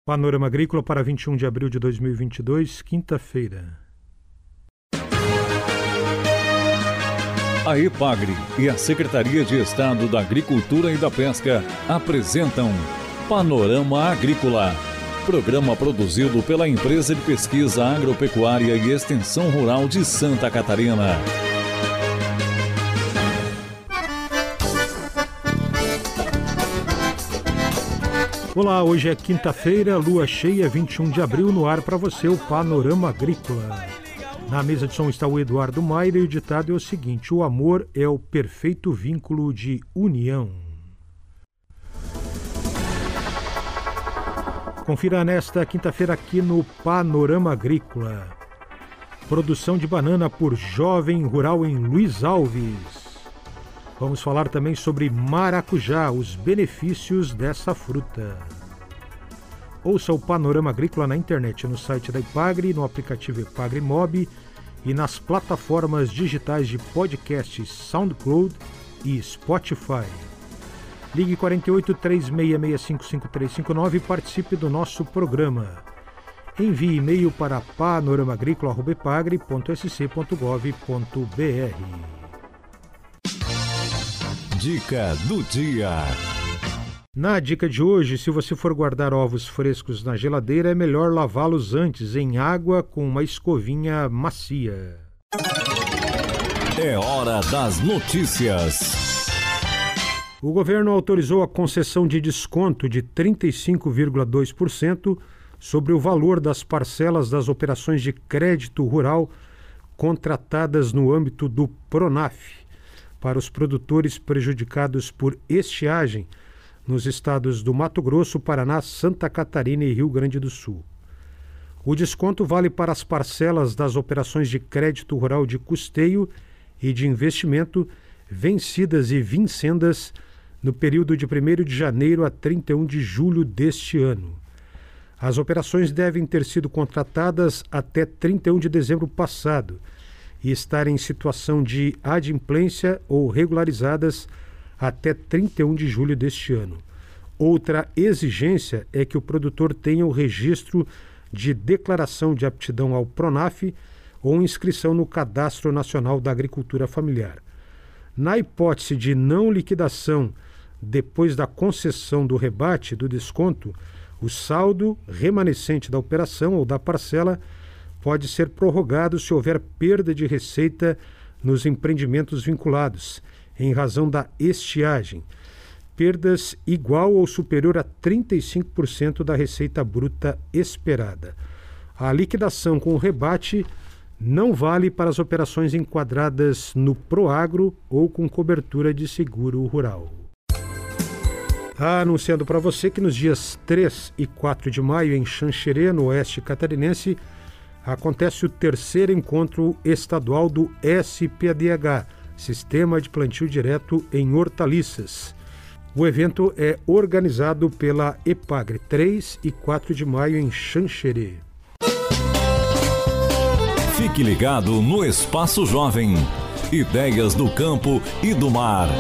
Panorama Agrícola para 21 de abril de 2022, quinta-feira. A EPAGRE e a Secretaria de Estado da Agricultura e da Pesca apresentam Panorama Agrícola, programa produzido pela Empresa de Pesquisa Agropecuária e Extensão Rural de Santa Catarina. Olá, hoje é quinta-feira, lua cheia, 21 de abril, no ar para você o Panorama Agrícola. Na mesa de som está o Eduardo Maira e o ditado é o seguinte: o amor é o perfeito vínculo de união. Confira nesta quinta-feira aqui no Panorama Agrícola. Produção de banana por jovem rural em Luiz Alves. Vamos falar também sobre maracujá, os benefícios dessa fruta. Ouça o Panorama Agrícola na internet, no site da EPAGRE, no aplicativo EPAGRE Mob e nas plataformas digitais de podcasts SoundCloud e Spotify. Ligue 48 3665 5359 e participe do nosso programa. Envie e-mail para panoramaagricola@epagre.sc.gov.br. Dica do dia. Na dica de hoje, se você for guardar ovos frescos na geladeira, é melhor lavá-los antes em água com uma escovinha macia. É hora das notícias. O governo autorizou a concessão de desconto de 35,2% sobre o valor das parcelas das operações de crédito rural contratadas no âmbito do PRONAF para os produtores prejudicados por estiagem nos estados do Mato Grosso, Paraná, Santa Catarina e Rio Grande do Sul. O desconto vale para as parcelas das operações de crédito rural de custeio e de investimento vencidas e vincendas no período de 1º de janeiro a 31 de julho deste ano. As operações devem ter sido contratadas até 31 de dezembro passado e estarem em situação de adimplência ou regularizadas até 31 de julho deste ano. Outra exigência é que o produtor tenha o registro de declaração de aptidão ao PRONAF ou inscrição no Cadastro Nacional da Agricultura Familiar. Na hipótese de não liquidação depois da concessão do rebate do desconto, o saldo remanescente da operação ou da parcela pode ser prorrogado se houver perda de receita nos empreendimentos vinculados, em razão da estiagem. Perdas igual ou superior a 35% da receita bruta esperada. A liquidação com o rebate não vale para as operações enquadradas no Proagro ou com cobertura de seguro rural. Anunciando para você que nos dias 3 e 4 de maio, em Xanxerê, no oeste catarinense, acontece o terceiro encontro estadual do SPADH, Sistema de Plantio Direto em Hortaliças. O evento é organizado pela EPAGRE, 3 e 4 de maio em Xanxerê. Fique ligado no Espaço Jovem. Ideias do campo e do mar.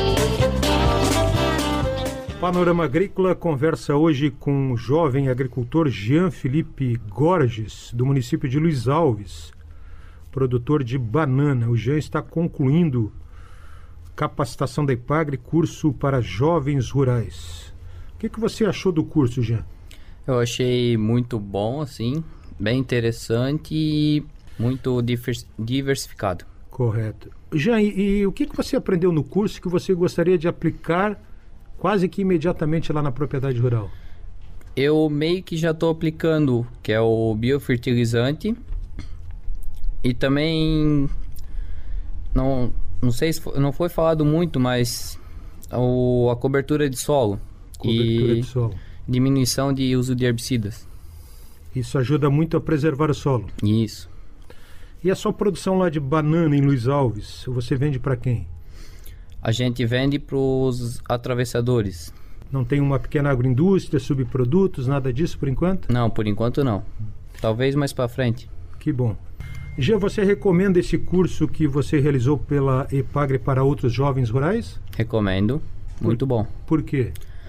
Panorama Agrícola conversa hoje com o jovem agricultor Jean Felipe Gorges, do município de Luiz Alves, produtor de banana. O Jean está concluindo capacitação da EPAGRE, curso para jovens rurais. O que você achou do curso, Jean? Eu achei muito bom, assim, bem interessante e muito diversificado. Correto. Jean, e o que você aprendeu no curso que você gostaria de aplicar quase que imediatamente lá na propriedade rural? Eu meio que já estou aplicando, que é o biofertilizante, e também não sei se não foi falado muito, mas a cobertura de solo de solo. Diminuição de uso de herbicidas. Isso ajuda muito a preservar o solo. Isso. E a sua produção lá de banana em Luiz Alves, você vende para quem? A gente vende para os atravessadores. Não tem uma pequena agroindústria, subprodutos, nada disso por enquanto? Não, por enquanto não. Talvez mais para frente. Que bom. Jean, você recomenda esse curso que você realizou pela EPAGRE para outros jovens rurais? Recomendo. Muito bom. Por quê?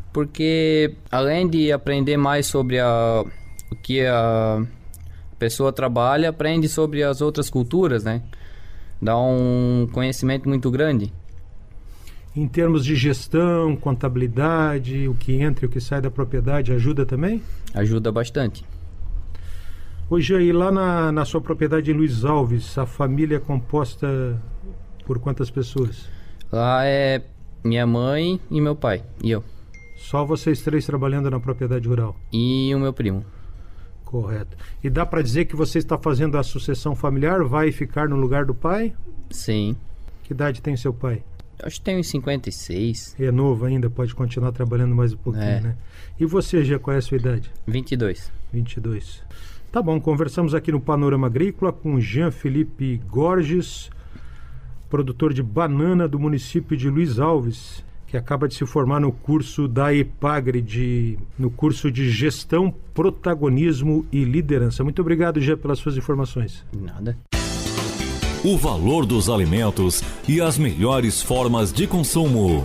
porque além de aprender mais sobre o que a pessoa trabalha, aprende sobre as outras culturas, né? Dá um conhecimento muito grande. Em termos de gestão, contabilidade, o que entra e o que sai da propriedade, ajuda também? Ajuda bastante. Hoje aí, lá na sua propriedade em Luiz Alves, a família é composta por quantas pessoas? Lá é minha mãe e meu pai, e eu. Só vocês 3 trabalhando na propriedade rural? E o meu primo. Correto. E dá para dizer que você está fazendo a sucessão familiar? Vai ficar no lugar do pai? Sim. Que idade tem seu pai? Acho que tem uns 56. É novo ainda, pode continuar trabalhando mais um pouquinho, né? E você, já qual é a sua idade? 22. 22. Tá bom, conversamos aqui no Panorama Agrícola com Jean Felipe Gorges, produtor de banana do município de Luiz Alves, que acaba de se formar no curso da EPAGRE, no curso de Gestão, Protagonismo e Liderança. Muito obrigado, Jean, pelas suas informações. Nada. O valor dos alimentos e as melhores formas de consumo.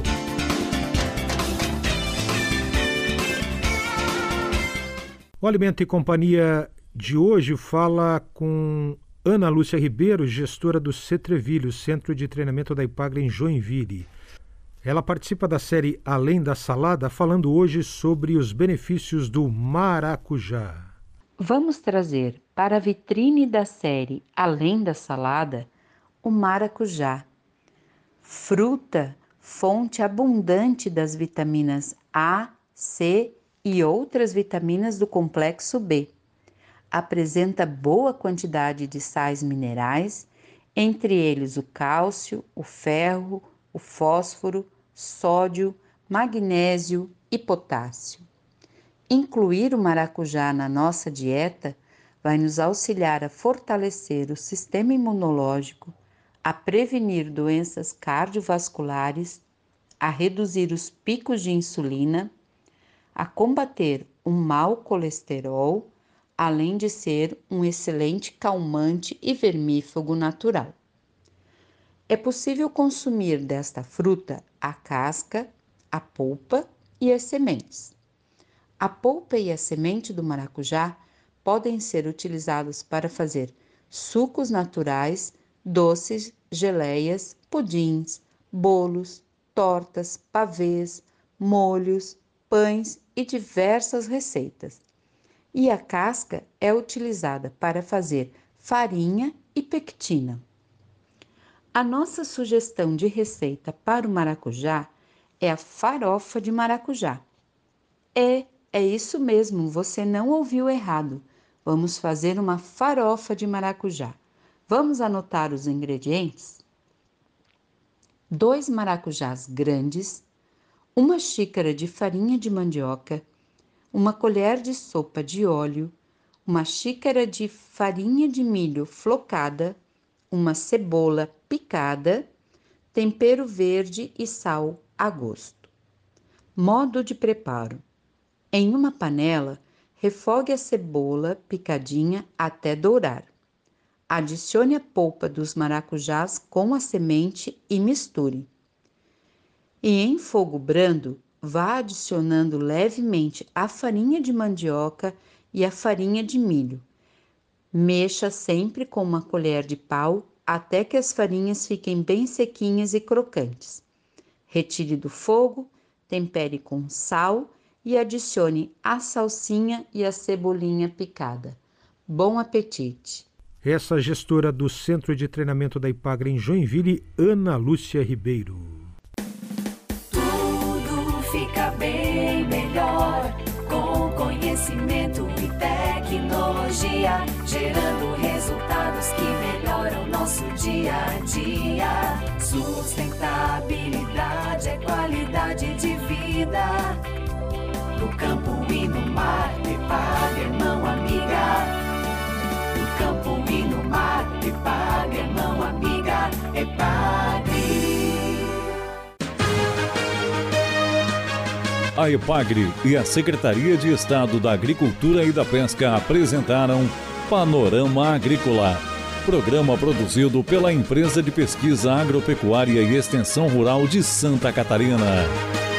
O Alimento e Companhia de hoje fala com Ana Lúcia Ribeiro, gestora do Cetrevilho, Centro de Treinamento da EPAGRE em Joinville. Ela participa da série Além da Salada, falando hoje sobre os benefícios do maracujá. Vamos trazer para a vitrine da série Além da Salada o maracujá, fruta, fonte abundante das vitaminas A, C e outras vitaminas do complexo B. Apresenta boa quantidade de sais minerais, entre eles o cálcio, o ferro, o fósforo, sódio, magnésio e potássio. Incluir o maracujá na nossa dieta vai nos auxiliar a fortalecer o sistema imunológico, a prevenir doenças cardiovasculares, a reduzir os picos de insulina, a combater o mau colesterol, além de ser um excelente calmante e vermífugo natural. É possível consumir desta fruta a casca, a polpa e as sementes. A polpa e a semente do maracujá podem ser utilizados para fazer sucos naturais, doces, geleias, pudins, bolos, tortas, pavês, molhos, pães e diversas receitas. E a casca é utilizada para fazer farinha e pectina. A nossa sugestão de receita para o maracujá é a farofa de maracujá. É isso mesmo, você não ouviu errado. Vamos fazer uma farofa de maracujá. Vamos anotar os ingredientes? 2 maracujás grandes, 1 xícara de farinha de mandioca, 1 colher de sopa de óleo, 1 xícara de farinha de milho flocada, 1 cebola picada, tempero verde e sal a gosto. Modo de preparo: em uma panela, refogue a cebola picadinha até dourar. Adicione a polpa dos maracujás com a semente e misture. E em fogo brando, vá adicionando levemente a farinha de mandioca e a farinha de milho. Mexa sempre com uma colher de pau até que as farinhas fiquem bem sequinhas e crocantes. Retire do fogo, tempere com sal e adicione a salsinha e a cebolinha picada. Bom apetite! Essa gestora do Centro de Treinamento da EPAGRE em Joinville, Ana Lúcia Ribeiro. Tudo fica bem melhor com conhecimento e tecnologia, gerando resultados que melhoram nosso dia a dia. Sustentabilidade é qualidade de vida. No campo e no mar, EPAGRE é mão amiga. No campo e no mar, EPAGRE é mão amiga. EPAGRE. A EPAGRE e a Secretaria de Estado da Agricultura e da Pesca apresentaram Panorama Agrícola, programa produzido pela Empresa de Pesquisa Agropecuária e Extensão Rural de Santa Catarina.